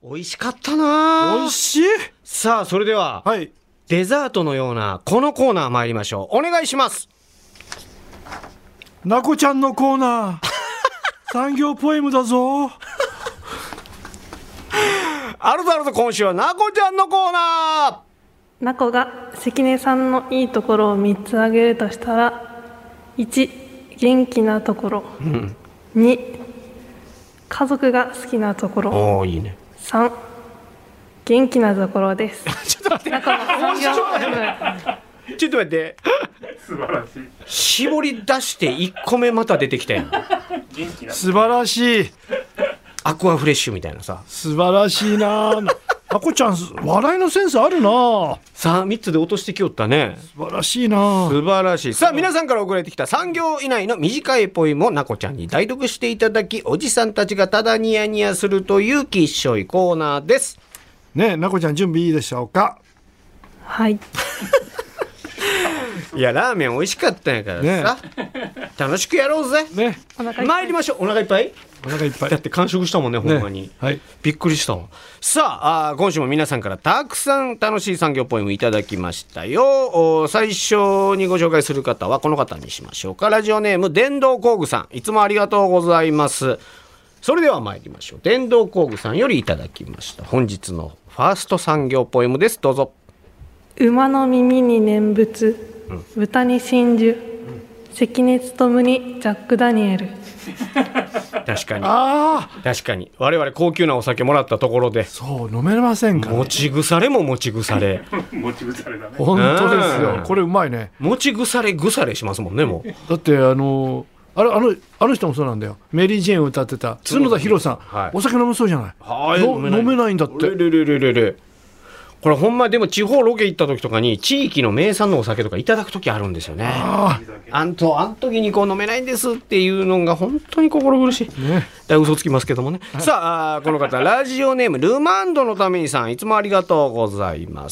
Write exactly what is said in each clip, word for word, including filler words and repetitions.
美味しかったな。 美味しい。 さあそれでは、はい、デザートのようなこのコーナー参りましょう。お願いします。 なこちゃんのコーナー産業ポエムだぞあるぞあるぞ、今週はなこちゃんのコーナー。 なこが関根さんのいいところをみっつ挙げるとしたら、いち元気なところ、うん、に家族が好きなところ、 おーいいね、 さん元気なところですちょっと待って、 なこの産業ポエムちょっと待って、 素晴らしい。 絞り出していっこめまた出てきたやん素晴らしい。 アクアフレッシュみたいなさ、 素晴らしいな。なこちゃん笑いのセンスあるな。 さあみっつで落としてきよったね。 素晴らしいな。 素晴らしい。さあ皆さんから送られてきたさん行以内の短いポエムをなこちゃんに代読していただき、おじさんたちがただニヤニヤするというきっしょいコーナーですね。えなこちゃん準備いいでしょうか。 はいいやラーメン美味しかったんやからさ、ね、楽しくやろうぜ、ね、参りましょう。お腹いっぱい、 お腹いっぱいだって完食したもんね、ほんまに、ね、はい、びっくりしたわ。さあ、あ今週も皆さんからたくさん楽しい産業ポエムいただきましたよ。最初にご紹介する方はこの方にしましょうか。ラジオネーム電動工具さん、いつもありがとうございます。それでは参りましょう。電動工具さんよりいただきました本日のファースト産業ポエムです。どうぞ。 馬の耳に念仏、うん、豚に真珠、うん、関根勤にジャックダニエル確かに、あ確かに我々高級なお酒もらったところでそう飲めませんから、ね、 持ち腐れも持ち腐れ持ち腐れだね。 本当ですよ、これうまいね。 持ち腐れ腐れしますもんね。もうだってあのあのあのあの人もそうなんだよ。メリー・ジェーンを歌ってた角田博さん、はい、お酒飲めそうじゃない。はい、飲めない、飲めないんだって。 レレレレレ。これほんまでも地方ロケ行った時とかに地域の名産のお酒とかいただく時あるんですよね。ああんとあん時にこう飲めないんですっていうのが本当に心苦しい、ね、だ嘘つきますけどもね、はい、さあ、あこの方ラジオネームルマンドのためにさん、いつもありがとうございます。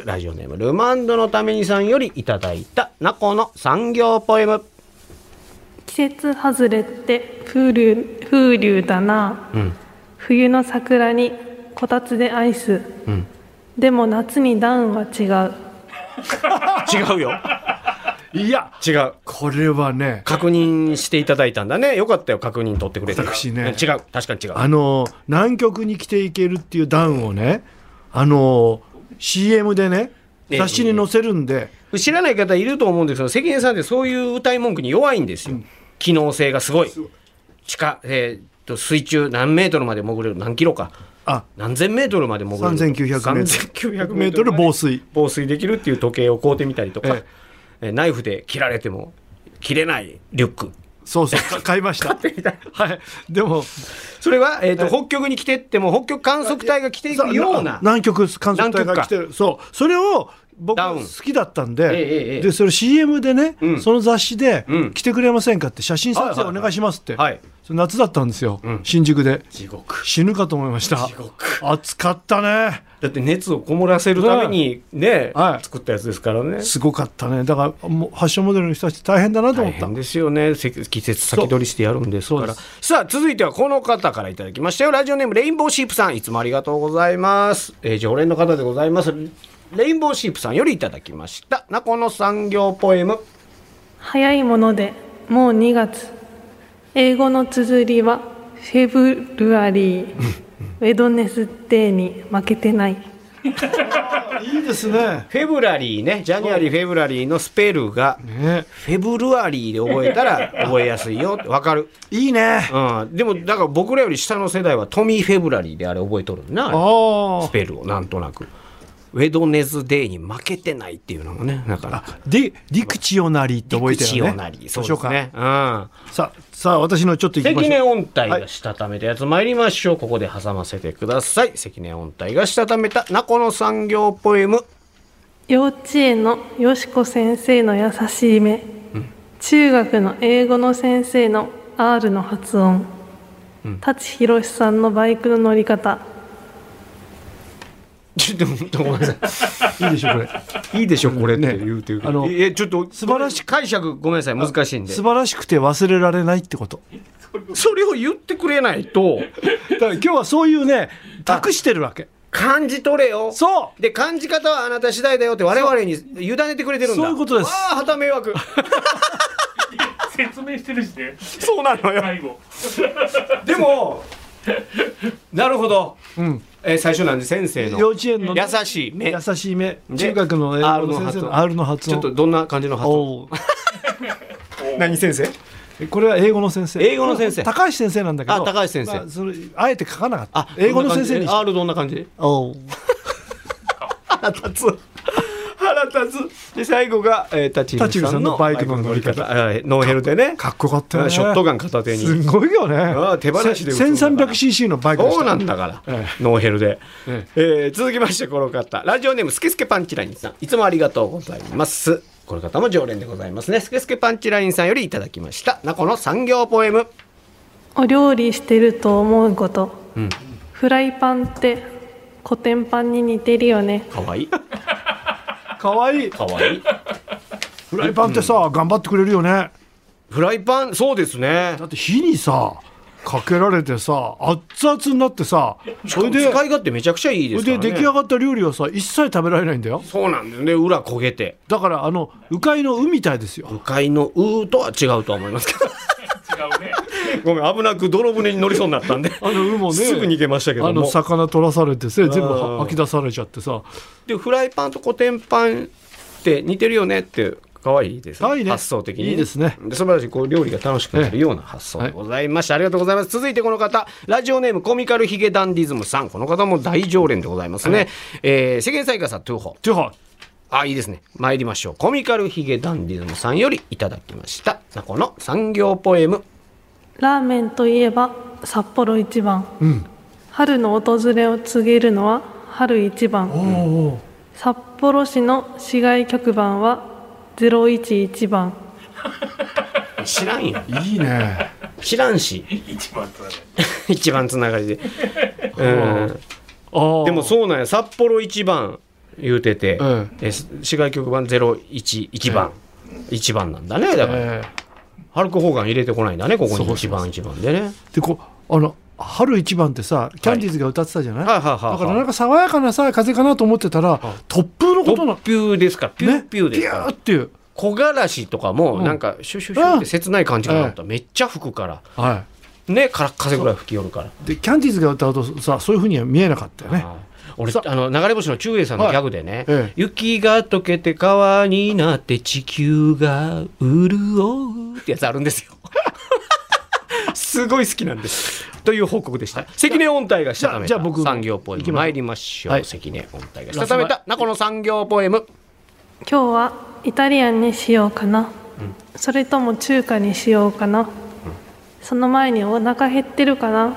ラジオネームルマンドのためにさんよりいただいたナコの産業ポエム。 季節外れって風流、風流だな、うん、冬の桜にこたつでアイス、うん、でも夏にダウンは違う違うよ。 いや違う。 これはね確認していただいたんだね。よかったよ、確認取ってくれて。 私ね違う、確かに違う。 あの南極に着ていけるっていうダウンをね、あの シーエム でね雑誌に載せるんで、 えー、知らない方いると思うんですけど、関根さんってそういう歌い文句に弱いんですよ、うん、機能性がすごい。地下、えー、と水中何メートルまで潜れる、何キロか、あ何千メートルまで潜れる、 さんぜんきゅうひゃくメートル防水防水できるっていう時計を買うてみたりとか、ええ、ナイフで切られても切れないリュック、 そうそう買いましたはい、でもそれは、えーと、北極に来てっても北極観測隊が来ていくような、 南極観測隊が来てる、そうそれを僕好きだったんで、えええ、でそれ シーエム でね、うん、その雑誌で、うん、来てくれませんかって写真撮影お願いしますって、はいはいはい、それ夏だったんですよ、うん、新宿で。 地獄、 死ぬかと思いました。 地獄暑かったね。 だって熱をこもらせるためにね、はい、作ったやつですからね。 すごかったね。だからもうファッションモデルの人たち大変だなと思った。 大変ですよね。季節先取りしてやるんですから。さあ続いてはこの方からいただきましたよ。ラジオネームレインボーシープさん、いつもありがとうございます。えー、常連の方でございます。レインボーシープさんよりいただきましたナコの産業ポエム。 早いものでもうにがつ、英語の綴りはフェブルアリーウェドネスデーに負けてないいいですね。 フェブラリーね、ジャニアリーフェブラリーのスペルが、ね、フェブルアリーで覚えたら覚えやすいよって分かる。 いいね、 うん、でもだから僕らより下の世代はトミー・フェブラリーであれ覚えとるな、あスペルをなんとなく。ウェドネズデーに負けてないっていうのもね、だからでディクチオナリーって覚えてるよね。ディクチオナリー、 そうですね、うん、 さ, さあ私のちょっといきましょう。 関根音体がしたためたやつ参りましょう、はい、ここで挟ませてください。関根音体がしたためたナコの産業ポエム。 幼稚園のよしこ先生の優しい目、うん、中学の英語の先生の R の発音、うん、舘ひろしさんのバイクの乗り方。 ちょっとごめんなさいいいでしょこれいいでしょこれって言うてる、ね、あのえちょっと素晴らしい解釈ごめんなさい難しいんで。 素晴らしくて忘れられないってこと。 それを言ってくれないとだから今日はそういうね託してるわけ。 感じ取れよ。 そうで、感じ方はあなた次第だよって我々に委ねてくれてるんだ。 そういうことです。 ああ、はた迷惑。 説明してるしね。 そうなのよ。 最後。 でもなるほど、 うん、 えー、最初なんで先生の幼稚園の、 ね、優しい目、 優しい目、中学の英語の先生の R の発音、 ちょっとどんな感じの発音？何先生？ これは英語の先生。 英語の先生。 高橋先生なんだけど。 あ、高橋先生。 まあ、それあえて書かなかった。 あ、 英語の先生に。 R どんな感じ？おう。腹立つ。腹立つ。で最後が、えー、タチルさんのバイクの乗り方。ノーヘルでね。 かっこよかったよね。 ショットガン片手に。 すごいよね。 あ手放しで。 せんさんびゃくシーシー のバイクでした。 そうなんだから。ええ、ノーヘルで。えええー、続きましてこの方、ラジオネームスケスケパンチラインさん、いつもありがとうございます。この方も常連でございますね。スケスケパンチラインさんよりいただきました。ナコの産業ポエム。 お料理してると思うこと、うん、フライパンってコテンパンに似てるよね。 かわいい。 かわいい。 かわいい。 フライパンってさ、うん、頑張ってくれるよね。 フライパン、そうですね。 だって火にさかけられてさ、熱々になってさ、 それで使い勝手めちゃくちゃいいですからね。 で出来上がった料理はさ一切食べられないんだよ。 そうなんですね。裏焦げて。 だからあの鵜飼の鵜みたいですよ。 鵜飼の鵜とは違うとは思いますけど。違うね。ごめん、危なく泥船に乗りそうになったんで。あの鵜もね、すぐ逃げましたけども。あの魚取らされてさ、全部吐き出されちゃってさ。 でフライパンとコテンパンって似てるよねって。可愛いですね、 いいね、 発想的に、ね、 いいですね。 で素晴らしい、こう料理が楽しくなるような発想でございました、はい、ありがとうございます。続いてこの方、ラジオネームコミカルヒゲダンディズムさん、この方も大常連でございますね、はい、えー、世間最下さトゥーホトゥーホあ、いいですね。参りましょう。コミカルヒゲダンディズムさんよりいただきました。ナコの産業ポエム。 ラーメンといえば札幌一番、 うん、 春の訪れを告げるのは春一番。 おー、 札幌市の市街局番はゼロいちいちばん。 知らんよ。 いいね。 知らんし。 一番つながり。 一番つながりで。うん。あ、でもそうなんや。札幌一番言うてて、うん、え市街局番ゼロいちいちばん、えー、一番なんだね。だから、えー、ハルク・ホーガン入れてこないんだね、ここに一番一番でね。 でこあの春一番ってさ、キャンディーズが歌ってたじゃない、 はいはいはいはい、 だからなんか爽やかなさ風かなと思ってたら、はい、突風のことな、 突風ですか、ピューピューですか、 ね、ピューっていう木枯らしとかもなんかシュシュシュって切ない感じがあった、うん、めっちゃ吹くから、 はい、 ね、から風ぐらい吹き寄るから。 でキャンディーズが歌うとさ、そういう風には見えなかったよね。 俺あの流れ星の中英さんのギャグでね、はい、 ええ、 雪が溶けて川になって地球が潤うってやつあるんですよ。すごい好きなんですという報告でした。関根音体がしたためた産業ポエム参りましょう、はい、関根音体がしたためたナコの産業ポエム。 今日はイタリアンにしようかな、うん、それとも中華にしようかな、うん、その前にお腹減ってるかな。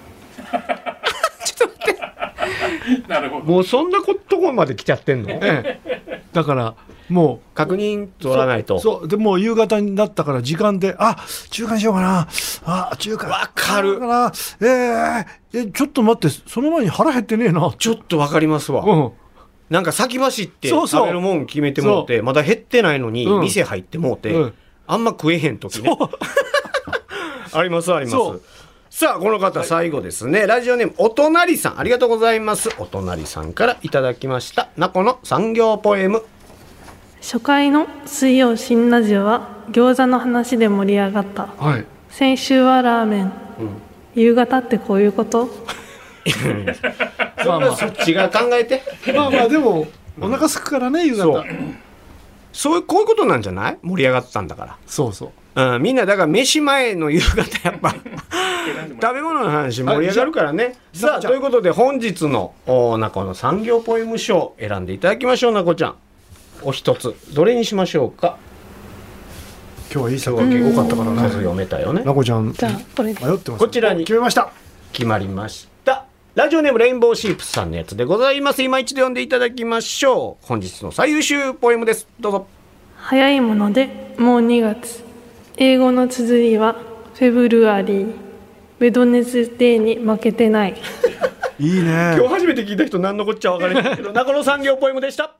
ちょっと待ってなるほど、もうそんなとこまで来ちゃってんの、 ええ、だからもう確認取らないと。 そう、そうでもう夕方になったから時間で、あ、中華にしようかな、あ、中華わかるかな、えー、えちょっと待って、その前に腹減ってねえな。 ちょっとわかりますわ、うん、なんか先走ってそうそう食べるもん決めてもうて、まだ減ってないのに店入ってもうて、うん、あんま食えへん時ねありますあります。さあこの方最後ですね、はい、ラジオネームおとなりさん、ありがとうございます。おとなりさんからいただきましたナコの産業ポエム。 初回の水曜新ラジオは餃子の話で盛り上がった、 はい、 先週はラーメン、うん、夕方ってこういうことまあまあそっちが考えてまあまあでもお腹すくからね、夕方。そう、 そういうこういうことなんじゃない、盛り上がったんだから。 そうそう、 うん、みんなだから飯前の夕方やっぱ食べ物の話盛り上がるからね。さあということで本日のナコの産業ポエム賞選んでいただきましょう。ナコちゃんお一つどれにしましょうか。 今日はいい作品多かったからね。 数読めたよね。 ナコちゃんじゃあこれ迷ってます。 こちらに決めました。 決まりました。ラジオネームレインボーシープさんのやつでございます。今一度読んでいただきましょう。本日の最優秀ポエムです。どうぞ。 早いものでもうにがつ、英語の綴りはフェブルアリー、ウェドネスデーに負けてない。 いいね。 今日初めて聞いた人何のこっちゃ分からないけどナコの産業ポエムでした。